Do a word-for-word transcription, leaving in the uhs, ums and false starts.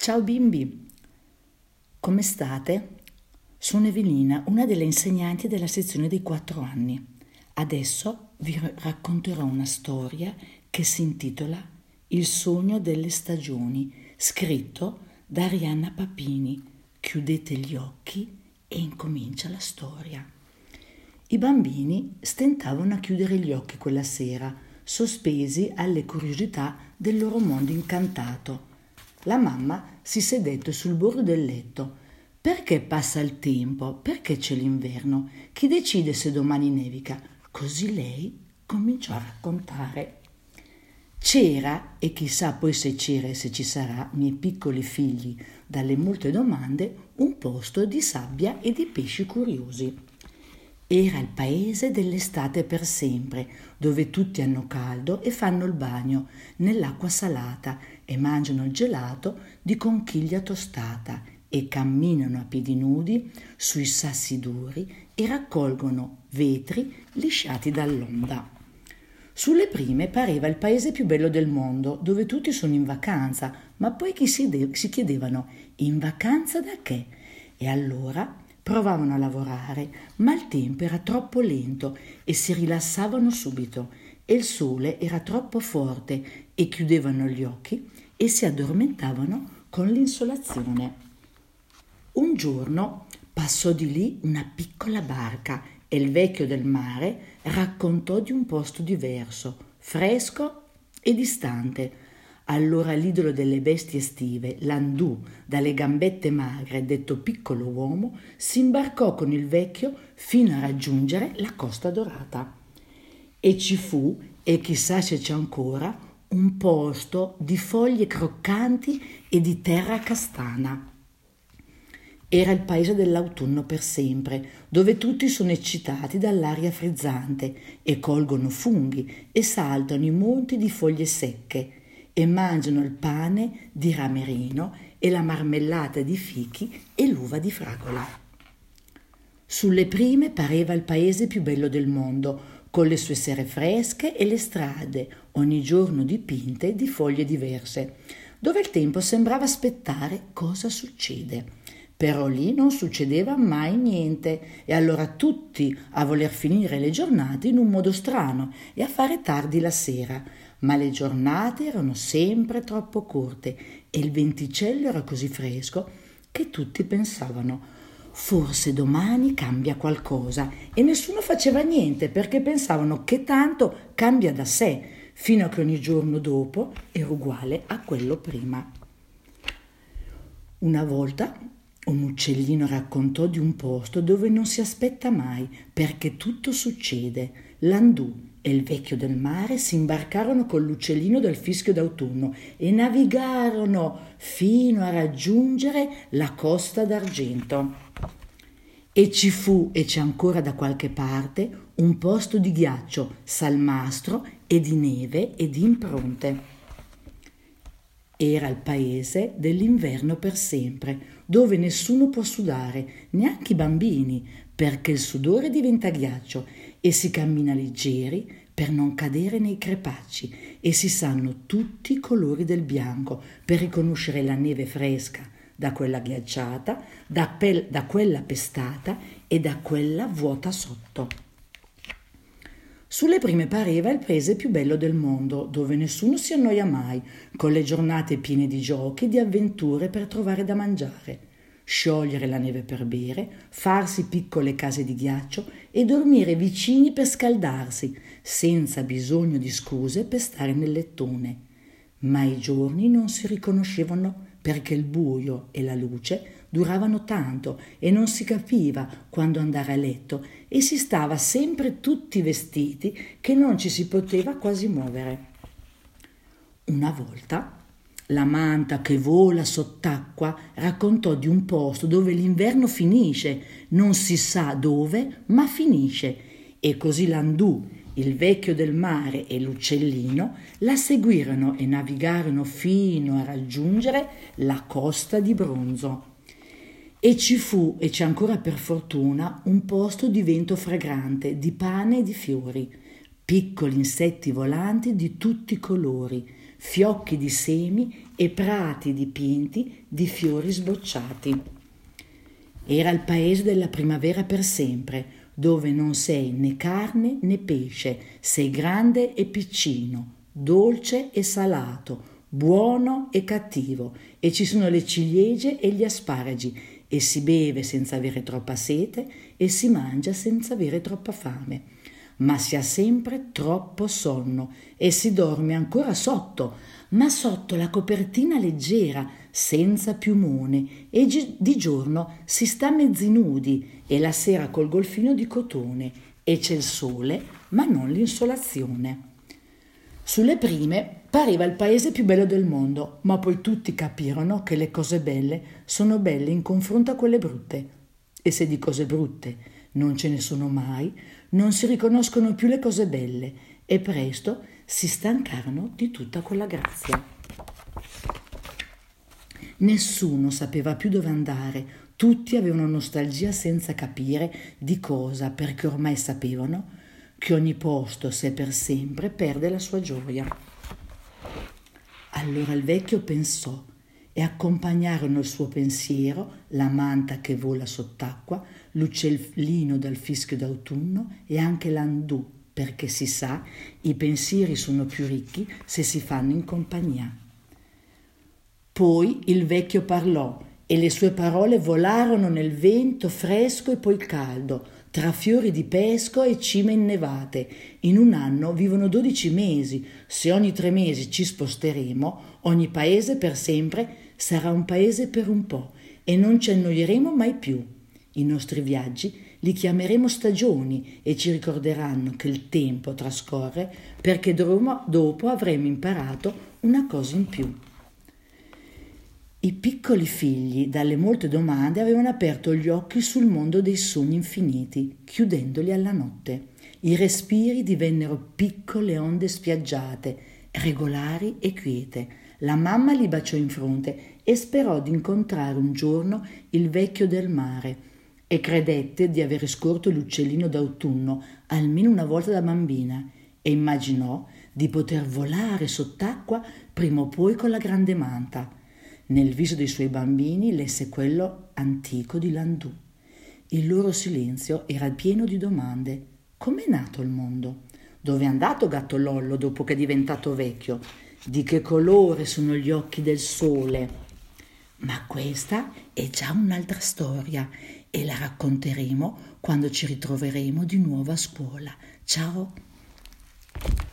Ciao bimbi, come state? Sono Evelina, una delle insegnanti della sezione dei quattro anni. Adesso vi racconterò una storia che si intitola Il sogno delle stagioni, scritto da Arianna Papini. Chiudete gli occhi e incomincia la storia. I bambini stentavano a chiudere gli occhi quella sera, sospesi alle curiosità del loro mondo incantato. La mamma si sedette sul bordo del letto. Perché passa il tempo? Perché c'è l'inverno? Chi decide se domani nevica? Così lei cominciò a raccontare. C'era, e chissà poi se c'era e se ci sarà, miei piccoli figli, dalle molte domande, un posto di sabbia e di pesci curiosi. Era il paese dell'estate per sempre, dove tutti hanno caldo e fanno il bagno nell'acqua salata e mangiano il gelato di conchiglia tostata e camminano a piedi nudi sui sassi duri e raccolgono vetri lisciati dall'onda. Sulle prime pareva il paese più bello del mondo, dove tutti sono in vacanza, ma poi chi si, de- si chiedevano in vacanza da che? E allora provavano a lavorare, ma il tempo era troppo lento e si rilassavano subito, e il sole era troppo forte e chiudevano gli occhi e si addormentavano con l'insolazione. Un giorno passò di lì una piccola barca e il vecchio del mare raccontò di un posto diverso, fresco e distante. Allora l'idolo delle bestie estive, Landù, dalle gambette magre, detto piccolo uomo, si imbarcò con il vecchio fino a raggiungere la Costa Dorata. E ci fu, e chissà se c'è ancora, un posto di foglie croccanti e di terra castana. Era il paese dell'autunno per sempre, dove tutti sono eccitati dall'aria frizzante e colgono funghi e saltano i monti di foglie secche e mangiano il pane di ramerino e la marmellata di fichi e l'uva di fragola. Sulle prime pareva il paese più bello del mondo, con le sue sere fresche e le strade, ogni giorno dipinte di foglie diverse, dove il tempo sembrava aspettare cosa succede. Però lì non succedeva mai niente e allora tutti a voler finire le giornate in un modo strano e a fare tardi la sera. Ma le giornate erano sempre troppo corte e il venticello era così fresco che tutti pensavano forse domani cambia qualcosa e nessuno faceva niente perché pensavano che tanto cambia da sé, fino a che ogni giorno dopo era uguale a quello prima. Una volta un uccellino raccontò di un posto dove non si aspetta mai perché tutto succede. Landù e il vecchio del mare si imbarcarono con l'uccellino del fischio d'autunno e navigarono fino a raggiungere la Costa d'Argento. E ci fu, e c'è ancora da qualche parte, un posto di ghiaccio, salmastro e di neve e di impronte. Era il paese dell'inverno per sempre, dove nessuno può sudare, neanche i bambini, perché il sudore diventa ghiaccio e si cammina leggeri per non cadere nei crepacci e si sanno tutti i colori del bianco per riconoscere la neve fresca da quella ghiacciata, da, pel- da quella pestata e da quella vuota sotto. Sulle prime pareva il paese più bello del mondo, dove nessuno si annoia mai, con le giornate piene di giochi e di avventure per trovare da mangiare, sciogliere la neve per bere, farsi piccole case di ghiaccio e dormire vicini per scaldarsi, senza bisogno di scuse per stare nel lettone. Ma i giorni non si riconoscevano perché il buio e la luce duravano tanto e non si capiva quando andare a letto e si stava sempre tutti vestiti che non ci si poteva quasi muovere. Una volta la manta che vola sott'acqua raccontò di un posto dove l'inverno finisce, non si sa dove, ma finisce, e così Landù, il vecchio del mare e l'uccellino la seguirono e navigarono fino a raggiungere la Costa di Bronzo. E ci fu, e c'è ancora per fortuna, un posto di vento fragrante, di pane e di fiori, piccoli insetti volanti di tutti i colori, fiocchi di semi e prati dipinti di fiori sbocciati. Era il paese della primavera per sempre, dove non sei né carne né pesce, sei grande e piccino, dolce e salato, buono e cattivo, e ci sono le ciliegie e gli asparagi, e si beve senza avere troppa sete e si mangia senza avere troppa fame, ma si ha sempre troppo sonno e si dorme ancora sotto, ma sotto la copertina leggera, senza piumone, e gi- di giorno si sta mezzi nudi e la sera col golfino di cotone, e c'è il sole, ma non l'insolazione. Sulle prime pareva il paese più bello del mondo, ma poi tutti capirono che le cose belle sono belle in confronto a quelle brutte. E se di cose brutte non ce ne sono mai, non si riconoscono più le cose belle e presto si stancarono di tutta quella grazia. Nessuno sapeva più dove andare, tutti avevano nostalgia senza capire di cosa, perché ormai sapevano che ogni posto, se per sempre, perde la sua gioia. Allora il vecchio pensò e accompagnarono il suo pensiero, la manta che vola sott'acqua, l'uccellino dal fischio d'autunno e anche l'andù, perché si sa, i pensieri sono più ricchi se si fanno in compagnia. Poi il vecchio parlò e le sue parole volarono nel vento fresco e poi caldo, tra fiori di pesco e cime innevate. In un anno vivono dodici mesi. Se ogni tre mesi ci sposteremo, ogni paese per sempre sarà un paese per un po' e non ci annoieremo mai più. I nostri viaggi li chiameremo stagioni e ci ricorderanno che il tempo trascorre perché dopo avremo imparato una cosa in più. I piccoli figli, dalle molte domande, avevano aperto gli occhi sul mondo dei sogni infiniti, chiudendoli alla notte. I respiri divennero piccole onde spiaggiate, regolari e quiete. La mamma li baciò in fronte e sperò di incontrare un giorno il vecchio del mare e credette di aver scorto l'uccellino d'autunno almeno una volta da bambina e immaginò di poter volare sott'acqua prima o poi con la grande manta. Nel viso dei suoi bambini lesse quello antico di Landù. Il loro silenzio era pieno di domande. Com'è nato il mondo? Dove è andato gatto Lollo dopo che è diventato vecchio? Di che colore sono gli occhi del sole? Ma questa è già un'altra storia e la racconteremo quando ci ritroveremo di nuovo a scuola. Ciao!